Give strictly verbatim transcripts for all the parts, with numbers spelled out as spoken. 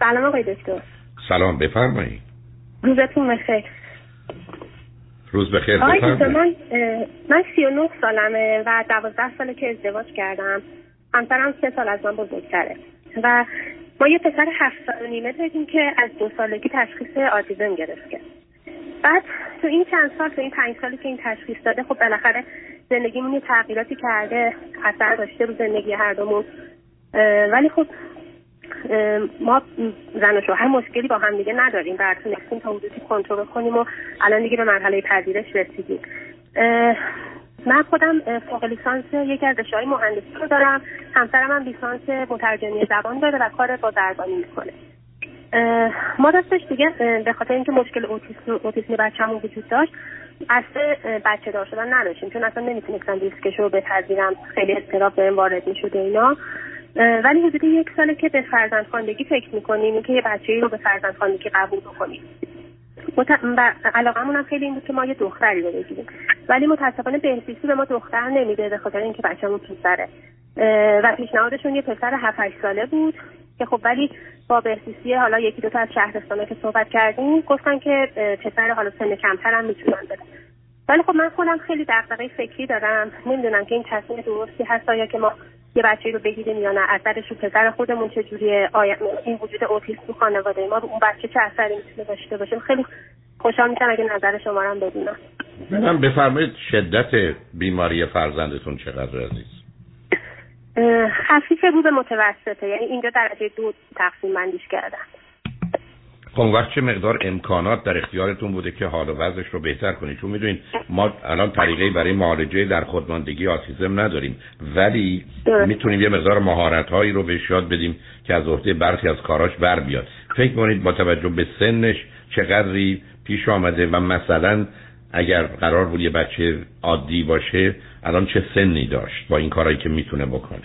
سلام آقای دکتر. سلام، بفرمایید. روزتون بخیر. روز بخیر. آقای بفرمایید. دکتر، من من سی و نه سالمه و دوازده ساله که ازدواج کردم. همسرم سه سال از من بزرگتره و ما یه پسر هفت سال و نیمه داریم که از دو سالگی تشخیص آتیسم گرفته. بعد تو این چند سال، تو این پنج سالی که این تشخیص داده، خب بالاخره زندگیمون یه تغییراتی کرده، اثر داشته رو زندگی هر دومون. ولی خب ما زن و شوهر مشکلی با هم دیگه نداریم، برتونستیم تا حدودی کنترل کنیم و الان دیگه به مرحله پذیرش رسیدیم. من خودم فوق لیسانس یکی از رشته‌های مهندسی رو دارم، همسرم هم لیسانس مترجمی زبان داره و کار بازرگانی میکنه. ما راستش دیگه به خاطر اینکه مشکل اوتیسم اوتیسم بچه‌مون وجود داشت، اصلا بچه دار شدن نداشتیم، چون اصلا نمیتونستم ریسکش رو بپذیرم، خیلی اضطراب بهم وارد میشد اینا. ولی حدود یک ساله که به فرزندخواندگی فکر میکنیم، اینکه یه بچه‌ای رو به فرزندخواندگی قبول بکنیم. مت... علاقمون هم خیلی این بود که ما یه دختری رو بگیریم، ولی متاسفانه بهزیستی به ما دختر نمیده به خاطر اینکه بچه‌مون پسره و پیشنهادشون یه پسر هفت هشت ساله بود که خب ولی با بهزیستی حالا یکی دو تا از شهرستانا که صحبت کردیم گفتن که پسر حالا سن کمتر هم میتونن بدن. ولی خب من خودم خیلی دغدغه فکری دارم، نمیدونم که این تصمیم درستی هست یا که ما یه بچه‌ای رو بگیریم یا نه، اثرش رو پسر خودمون چجوریه، آیا این وجود اوتیسم تو خانواده ما رو اون بچه چه اثری میتونه داشته باشه. خیلی خوشحال میشم اگه نظر شما رو هم بدونم. من بفرمایید شدت بیماری فرزندتون چقدر عزیز؟ خفیف رو به متوسطه، یعنی اینجا درجه دو تقسیم بندیش کردن. خب وقت چه مقدار امکانات در اختیارتون بوده که حال و وضعش رو بهتر کنید؟ چون میدونید ما الان طریقی برای معالجه در خودماندگی آتیسم نداریم، ولی میتونیم یه مقدار مهارت‌هایی رو بهش یاد بدیم که از عهده برخی از کاراش بر بیاد. فکر کنید با توجه به سنش چقدری پیش آمده و مثلا اگر قرار بود یه بچه عادی باشه الان چه سنی داشت با این کارهایی که میتونه بکنه؟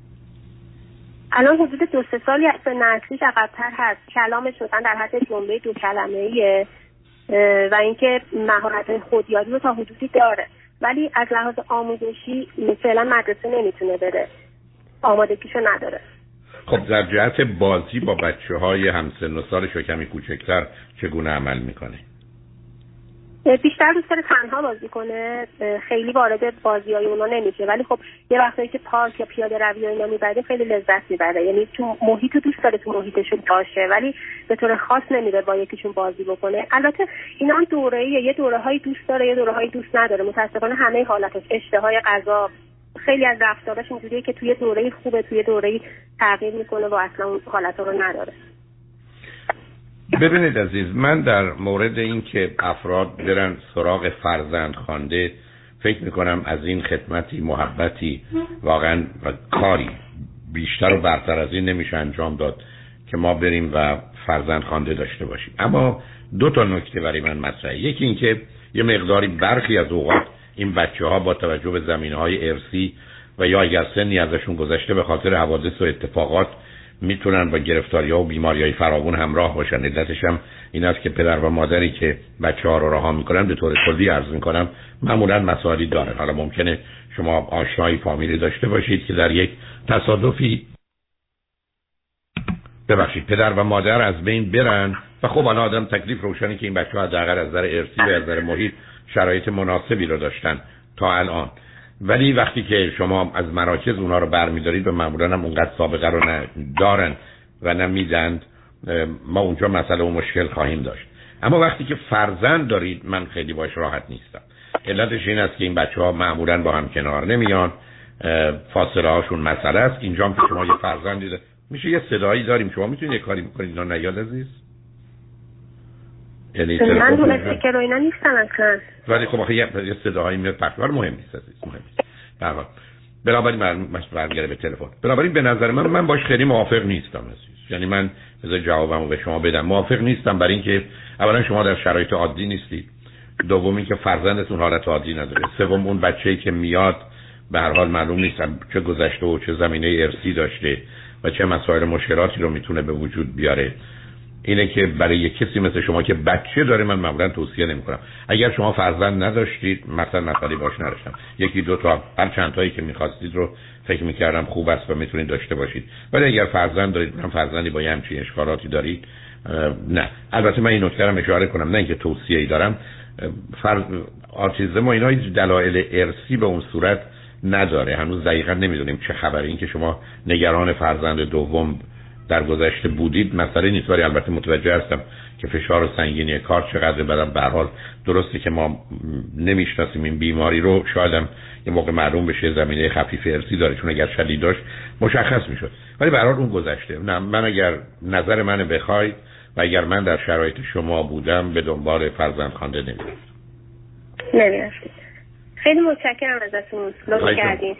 الان حدود دو سه سالی از سن اصلیش عقب‌تر هست. کلامش مثلا در حد جمله دو کلمه‌ایه و اینکه مهارت خودیاری رو تا حدودی داره، ولی از لحاظ آموزشی فعلا مدرسه نمیتونه بره، آمادگیشو نداره. خب در جهت بازی با بچه‌های همسن و سالش و کمی کوچکتر چگونه عمل میکنه؟ بیشتر دوست داره تنها بازی کنه، خیلی وارد بازی‌های اونا نمیشه، ولی خب یه وقتایی که پارک یا پیاده روی اینا میبریم خیلی لذت میبره، یعنی تو محیط دوست داره تو محیطشون باشه، ولی به طور خاص نمیره با یکیشون بازی بکنه. البته اینا هم دوره‌ایه، یه دوره‌هایی دوست داره یه دوره‌هایی دوست نداره، متأسفانه همه حالتش، اشتهای غذا، خیلی از رفتاراش اینجوریه که توی دوره‌ای خوبه توی دوره‌ای تغییر میکنه و اصلا اون حالت رو نداره. ببینید عزیز، من در مورد این که افراد برن سراغ فرزند خوانده فکر میکنم از این خدمتی، محبتی واقعا و کاری بیشتر و برتر از این نمیشه انجام داد که ما بریم و فرزند خوانده داشته باشیم. اما دو تا نکته برای من مطرحه. یکی این که یه مقداری برخی از اوقات این بچه ها با توجه به زمینه های ارثی و یا اگر سنی ازشون گذشته به خاطر حوادث و اتفاقات میتونن با گرفتاری‌ها و بیماری‌های فراوان همراه باشن. علتش هم این است که پدر و مادری که بچه‌ها رو رها می‌کنن به طور کلی عرض می‌کنم معمولاً مسائلی دارن. حالا ممکنه شما آشنایی فامیلی داشته باشید که در یک تصادفی ببخشید پدر و مادر از بین برن و خب الان آدم تکلیف روشنه که این بچه‌ها حداقل از نظر ارثی و از نظر محیط شرایط مناسبی رو داشتن تا الان، ولی وقتی که شما از مراکز اونها رو برمی‌دارید و معمولاً هم اونقدر سابقه رو ندارن و نمیدند، ما اونجا مسئله و مشکل خواهیم داشت. اما وقتی که فرزند دارید من خیلی باش راحت نیستم. علتش این است که این بچه‌ها معمولاً با هم کنار نمیان، فاصله هاشون مسئله است. اینجا هم که شما یه فرزندی دارید میشه یه صدایی داریم، شما میتونید یه کاری بکنید اینا نیاد عزیز؟ یعنی من دونه فکر و اینا نیستم اصلا، ولی خب آخه یه صداهایی میاد پخش مهم نیست عزیز، مهم نیست. برای بنابراین من برمیگره به تلفن. بنابراین به نظر من من باش خیلی موافق نیستم عزیز. یعنی من بذار جوابمو به شما بدم، موافق نیستم برای اینکه اولا شما در شرایط عادی نیستید، دومی که فرزندتون حالت عادی نداره، سوم اون بچه‌ای که میاد به هر حال معلوم نیست چه گذشته و چه زمینه ارثی داشته و چه مسائل مشکلاتی رو میتونه به وجود بیاره. اینه که برای یک کسی مثل شما که بچه داره من معمولا توصیه نمی‌کنم. اگر شما فرزند نداشتید، مثلا مسئله باش نداشتم، یکی دو تا هر چند تایی که می‌خواستید رو فکر می‌کردم خوب است و می‌تونید داشته باشید. ولی اگر فرزند دارید، من فرزندی با همچین اشکالاتی دارید، نه. البته من این نکته رو اشاره کنم، نه اینکه توصیه‌ای دارم. فرض آتیسم و اینا هیچ دلایل ارثی به اون صورت نداره. هنوز دقیقاً نمی‌دونیم چه خبره. این که شما نگران فرزند دوم در گذشته بودید مسئله نیست، ولی البته متوجه هستم که فشار و سنگینی کار چقدر بدم. به هر حال درسته که ما نمیشناسیم این بیماری رو، شاید هم یه موقع معلوم بشه زمینه خفیف ارثی داره، چون اگر شدید داشت مشخص میشد. ولی به هر حال اون گذشته. نه، من اگر نظر منو بخواید و اگر من در شرایط شما بودم به دنبال فرزند خوانده نمیرفتم. نمیرفتید. خیلی متشکرم ازتون، لطف کردین.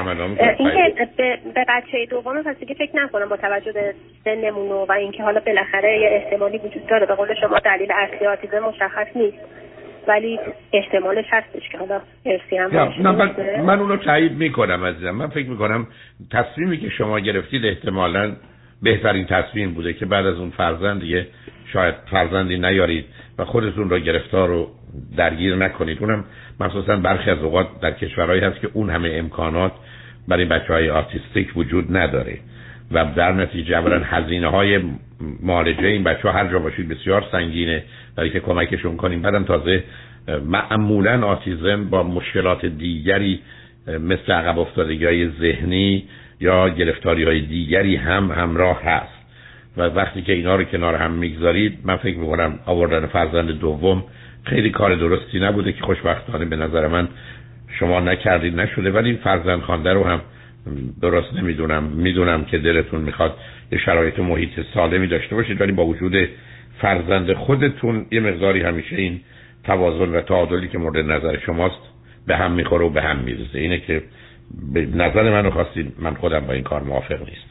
اینکه به, به بچه دوم پس دیگه فکر نکنم با توجه به سنمون و اینکه حالا بالاخره یه احتمالی وجود داره، به قول شما دلیل اصلی آتیسم مشخص نیست ولی احتمالش هستش که حالا ارثی هم باشه. نه من, من اون رو تایید میکنم عزیزم. من فکر میکنم تصمیمی که شما گرفتید احتمالاً بهترین تصمیم بوده که بعد از اون فرزند دیگه شاید فرزندی نیارید و خودتون رو گرفتار و درگیر نکنید. اونم مخصوصا برخی از اوقات در کشورهایی هست که اون همه امکانات برای بچهای آتیستیک وجود نداره و در نتیجه اولا هزینه های معالجه این بچه ها هر جا باشید بسیار سنگینه برای که کمکشون کنیم. بعدم تازه معمولا آتیسم با مشکلات دیگری مثل عقب افتادگی های ذهنی یا گرفتاری های دیگری هم همراه هست و وقتی که اینا رو کنار هم میگذارید من فکر میکنم آوردن فرزند دوم خیلی کار درستی نبوده که خوشبختانه به نظر من شما نکردید، نشده. ولی فرزند خوانده رو هم درست نمیدونم. میدونم که دلتون میخواد یه شرایط محیط سالمی داشته باشید، ولی با وجود فرزند خودتون یه مقداری همیشه این توازن و تعادلی که مورد نظر شماست به هم میخوره و به هم میرسه. اینه که به نظر منو خواستید، من خودم با این کار موافق نیست.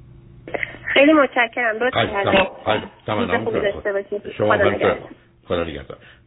خیلی متشکرم. لطفاً تمام. تمام. خدا نگهدار.